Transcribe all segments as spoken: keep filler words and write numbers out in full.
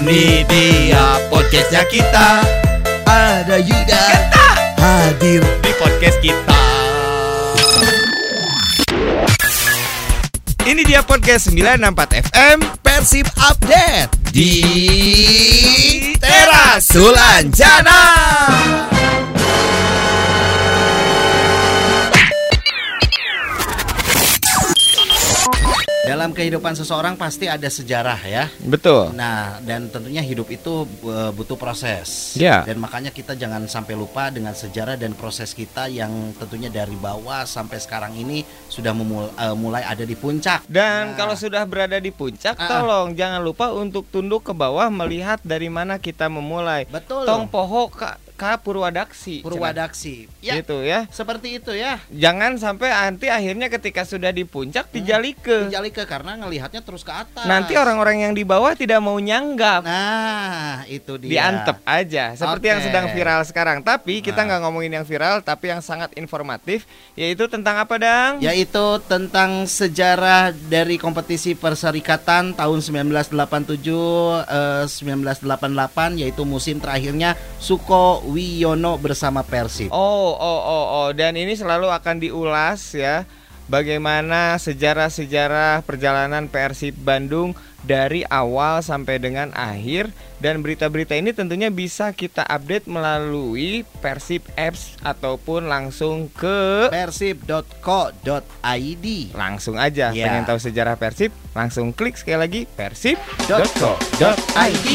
Ini dia podcastnya kita. Ada Yuda Kita hadir di podcast kita. Ini dia podcast sembilan enam empat F M Persib Update di Teras Sulanjana. Dalam kehidupan seseorang pasti ada sejarah ya. Betul. Nah, dan tentunya hidup itu uh, butuh proses. Ya. Dan makanya kita jangan sampai lupa dengan sejarah dan proses kita yang tentunya dari bawah sampai sekarang ini sudah memul- uh, mulai ada di puncak. Dan Nah. kalau sudah berada di puncak, Ah. tolong jangan lupa untuk tunduk ke bawah melihat dari mana kita memulai. Betul. Tong poho ka, ka Purwadaksi. Purwadaksi. Ya. Gitu ya. Seperti itu ya. Jangan sampai nanti akhirnya ketika sudah di puncak Hmm. dijalike. Dijalike karena ngelihatnya terus ke atas. Nanti orang-orang yang di bawah tidak mau nyanggap. Nah, itu dia. Diantep aja seperti yang Oke. sedang viral sekarang. Tapi kita Nah. nggak ngomongin yang viral, tapi yang sangat informatif, yaitu tentang apa, Dang? Yaitu tentang sejarah dari kompetisi perserikatan tahun sembilan belas delapan puluh tujuh eh, sembilan belas delapan puluh delapan, yaitu musim terakhirnya Suko Wiono bersama Persib. Oh, oh, oh, oh, dan ini selalu akan diulas ya, bagaimana sejarah-sejarah perjalanan Persib Bandung dari awal sampai dengan akhir, dan berita-berita ini tentunya bisa kita update melalui Persib Apps ataupun langsung ke persib dot co dot i d. langsung aja. Ya. Pengen tahu sejarah Persib, langsung klik sekali lagi persib dot co dot i d.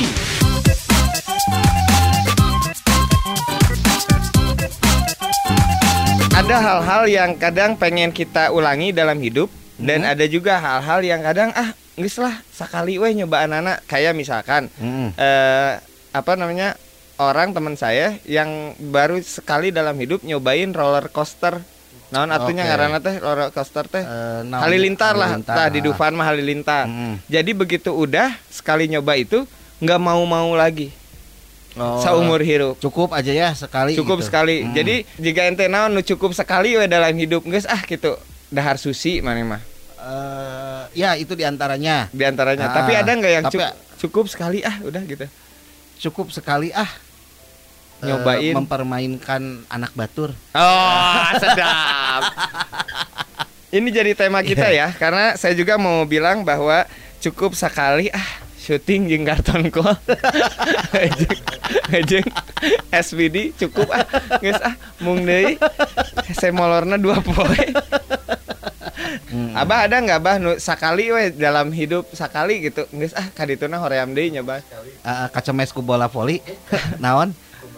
Ada hal-hal yang kadang pengen kita ulangi dalam hidup, dan Hmm. ada juga hal-hal yang kadang ah geus lah sakali weh nyoba anak-anak. Kayak misalkan Hmm. eh, apa namanya, orang teman saya yang baru sekali dalam hidup nyobain roller coaster. Naon atunya Oke. ngaranna teh roller coaster teh? Eh, naon- Halilintar lah, Halilintar, tah di ah. Dufan mah Halilintar. Hmm. Jadi begitu udah sekali nyoba itu nggak mau-mau lagi Oh, seumur hidup. cukup aja ya sekali. Cukup gitu. sekali. Hmm. Jadi jika ente naon nu cukup sekali we dalam hidup, geus ah gitu. Dahar susi maneh mah Eh, ya itu diantaranya. di antaranya. Ah, Tapi ada nggak yang tapi- cukup, cukup sekali ah udah gitu. Cukup sekali ah eh, Nyobain. mempermainkan anak batur. Oh, sedap. Ini jadi tema kita ya, karena saya juga mau bilang bahwa cukup sekali ah syuting jeung karton call. Jeung jeung S V D cukup ah geus ah mung deui semolorna dua poe. Hmm. Abah ada nggak Abah nu sakali we dalam hidup sakali gitu geus ah kadituna hoream deui nyoba. Uh, kacemes ku bola voli. Naon?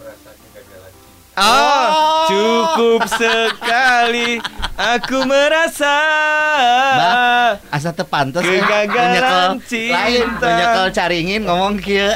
Oh, cukup sekali aku merasa Bah, asa teu pantes eh. Kegagalan Nyekel- cinta. lain teu nyekel caringin ngomong kieu.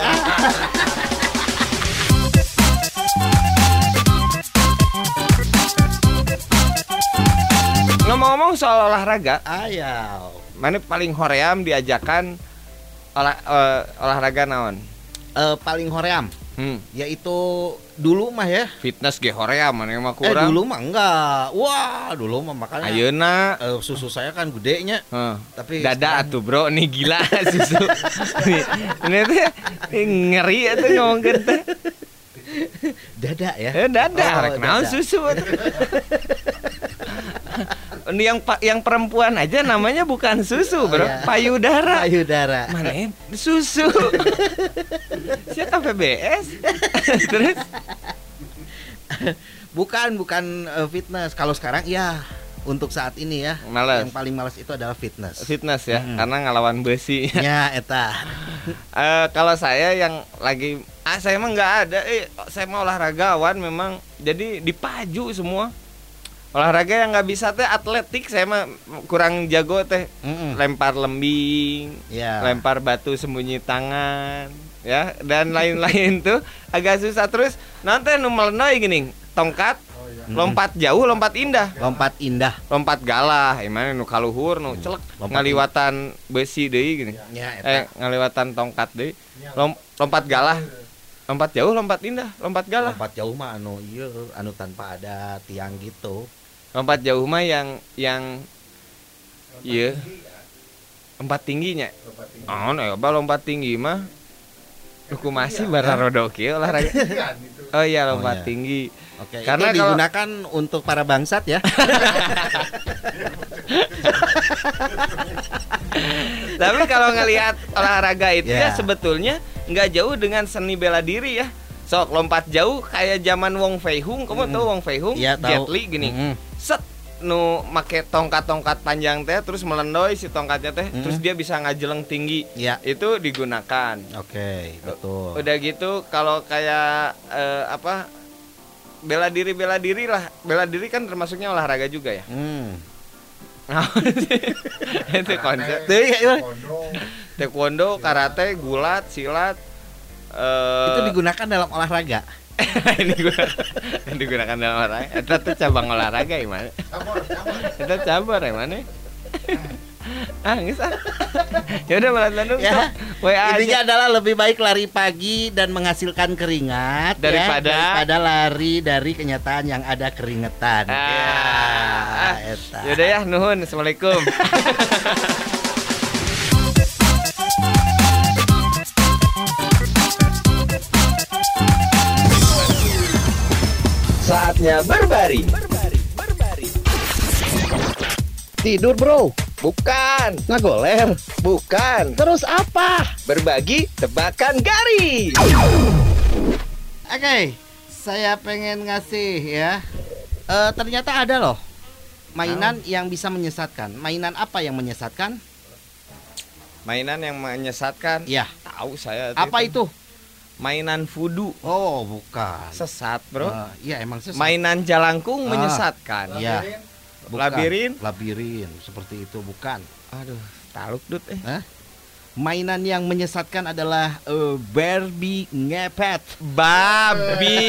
Ngomong-ngomong soal olahraga, Ayaw. mana paling hoream diajakan olah, eh, olahraga naon? Eh, paling hoream Hmm, yaitu dulu mah ya. fitness ge hoream mana mah Eh kurang. dulu mah enggak. Wah, dulu mah makanya Ayeuna eh, susu saya kan gedenya. Heh. Tapi Dada sekarang- atuh bro, nih gila susu. Ini teh ngeri atuh ngomongkeun teh. Dada ya. Eh dada, Oh, rek naon dada. susu atuh. Ini yang pa- yang perempuan aja namanya bukan susu, bro. Oh, iya. Payudara. Payudara. Mana ya? Susu. Siapa P B S? Terus Bukan bukan eh, fitness. Kalau sekarang ya untuk saat ini ya. Males. Yang paling males itu adalah fitness. fitness ya, Hmm. karena ngelawan besi. Ya eta. Eh, kalau saya yang lagi ah saya emang nggak ada, eh saya mau olahragawan memang, jadi dipaju semua. Olahraga yang nggak bisa teh atletik, saya mah kurang jago teh. Mm-mm. Lempar lembing, Ya. lempar batu sembunyi tangan, ya, dan lain-lain tuh agak susah. Terus nanti nu melenoi gini, tongkat, lompat jauh, lompat indah, Lompat indah. lompat galah, gimana nu kaluhur, nu celek, Lompat ngaliwatan besi deui gini, Ya eh eta. ngaliwatan tongkat deui, Lom, lompat galah, lompat jauh, lompat indah, lompat galah, Lompat jauh mah anu ieu anu tanpa ada tiang gitu. lompat jauh mah yang yang iya lompat tingginya. Oh, nah, apa lompat tinggi mah Hukumasi bararodo kieu olahraga. Oh iya lompat Oh, iya. tinggi. Oke, Karena itu kalau- digunakan untuk para bangsat ya. Tapi kalau ngelihat olahraga itu Ya. ya sebetulnya nggak jauh dengan seni bela diri ya. Sok lompat jauh kayak zaman Wong Fei Hung. Kamu tahu Wong Fei Hung? Iya, Jet tahu. Li gini. Mm-mm. Set nu make tongkat-tongkat panjang teh terus melendoy si tongkatnya teh Mm. terus dia bisa ngajeleng tinggi. Ya. Itu digunakan. Oke, betul. Udah gitu kalau kayak eh, apa bela diri bela diri lah. Bela diri kan termasuknya olahraga juga ya. Hmm. Itu konsep. Tuh, iya, iya. Taekwondo, karate, gulat, silat. eh, Itu digunakan dalam olahraga. ini gua ini digunakan dalam olahraga. Itu tuh cabang olahraga gimana? Itu cabang yang mana? Ah, geus ah. Ya udah malah Bandung. Ya. W A Intinya aja. adalah lebih baik lari pagi dan menghasilkan keringat ya, Daripada- daripada lari dari kenyataan yang ada keringetan. Ah. Ya, eta. Yaudah ya, nuhun. Assalamualaikum. Saatnya berbaring. Tidur bro? Bukan. Ngagoler? Bukan. Terus apa? Berbagi tebakan garis. Oke, saya pengen ngasih ya. Eh, ternyata ada loh mainan yang bisa menyesatkan. Mainan apa yang menyesatkan? Mainan yang menyesatkan. Ya. Tahu saya. Apa itu? Mainan voodoo. Oh, bukan. Sesat, Bro. Eh, iya, emang sesat. Mainan jalangkung Ah. menyesatkan. Iya. Bukan. Labirin? Labirin, seperti itu bukan. Aduh, taluk dut eh. Hah? Mainan yang menyesatkan adalah eh, Barbie ngepet. Babi.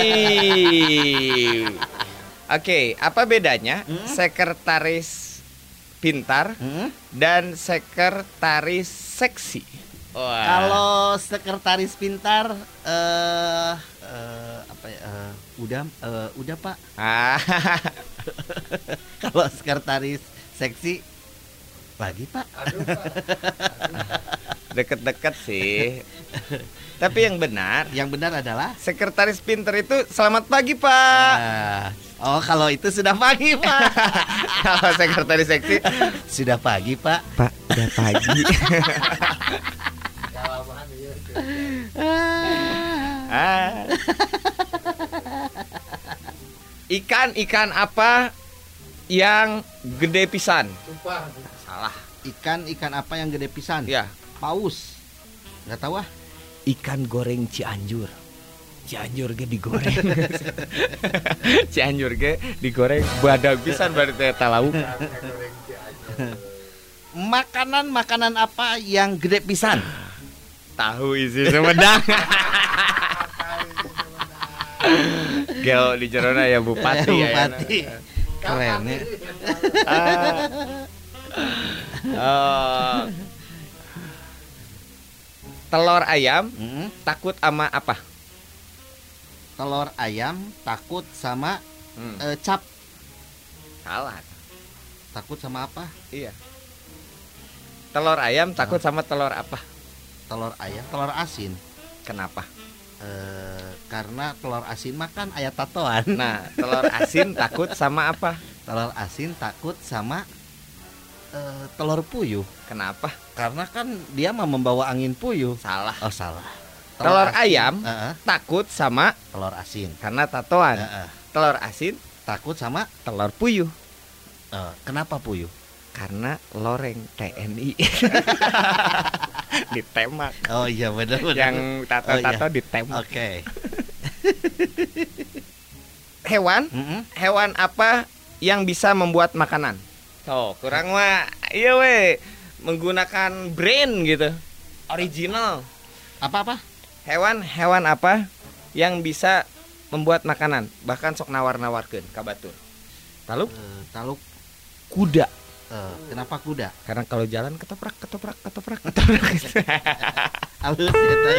Oke, apa bedanya Hmm? sekretaris pintar Hmm? dan sekretaris seksi? Wah. Kalau sekretaris pintar, eh eh, apa ya? eh, udah, eh, udah Pak. Ah, Kalau sekretaris seksi, lagi Pak. deket-deket sih. Tapi yang benar, Yang benar adalah. sekretaris pintar itu selamat pagi Pak. Ah, oh, kalau itu sudah pagi Pak. Kalau sekretaris seksi, Sudah pagi Pak. Pak udah pagi. Ah. Ikan ikan apa yang gede pisan? Salah. Ikan ikan apa yang gede pisan? Ya, Paus. Nggak tahu ah. ikan goreng Cianjur. Cianjur ge digoreng. Cianjur ge digoreng badag pisan berarti eta lauk. Makanan makanan apa yang gede pisan? Tahu isi Sumedang. Gel di jerona ya bupati ya. Bupati. Keren ya. Oh. Telur ayam Hmm. takut sama apa? Telur ayam takut sama Hmm. eh, cap. Salah. Takut sama apa? Iya. Telur ayam takut sama telur apa? Telur ayam, telur asin. Kenapa? Eh, karena telur asin makan ayat tatoan. Nah, telur asin takut sama apa? Telur asin takut sama eh, telur puyuh. Kenapa? Karena kan dia mah membawa angin puyuh. Salah. Oh, salah. Telur asin, ayam eh, eh, takut sama telur asin. karena tatoan. Eh, eh, Telur asin takut sama telur puyuh eh, kenapa puyuh? karena loreng T N I. Ditembak. Oh iya benar benar. Yang tato-tato Oh, iya. ditembak. Oke. Hewan? Mm-mm. Hewan apa yang bisa membuat makanan? Tuh, kurang mah iya we menggunakan brain gitu. Original. Apa-apa? Hewan-hewan apa yang bisa membuat makanan? Bahkan sok nawar-nawarkeun ka batur. Taluk Eh, taluk. kuda. Eh, kenapa kuda? Karena kalau jalan ketoprak ketoprak ketoprak ketoprak. Halus ya teh.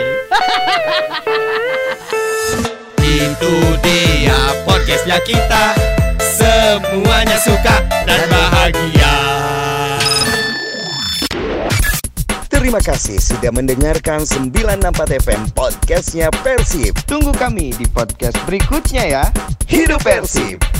Itu dia podcastnya kita. Semuanya suka dan bahagia. Terima kasih sudah mendengarkan sembilan enam empat F M podcastnya Persib. Tunggu kami di podcast berikutnya ya. Hidup Persib.